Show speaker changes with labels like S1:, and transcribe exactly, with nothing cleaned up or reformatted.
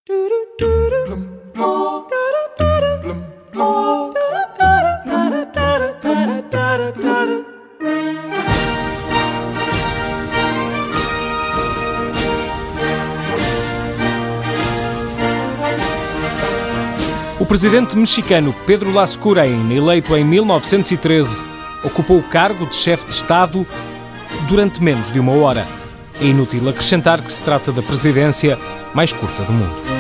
S1: O presidente mexicano Pedro Lascurain, eleito em mil novecentos e treze, ocupou o cargo de chefe de Estado durante menos de uma hora. É inútil acrescentar que se trata da presidência mais curta do mundo.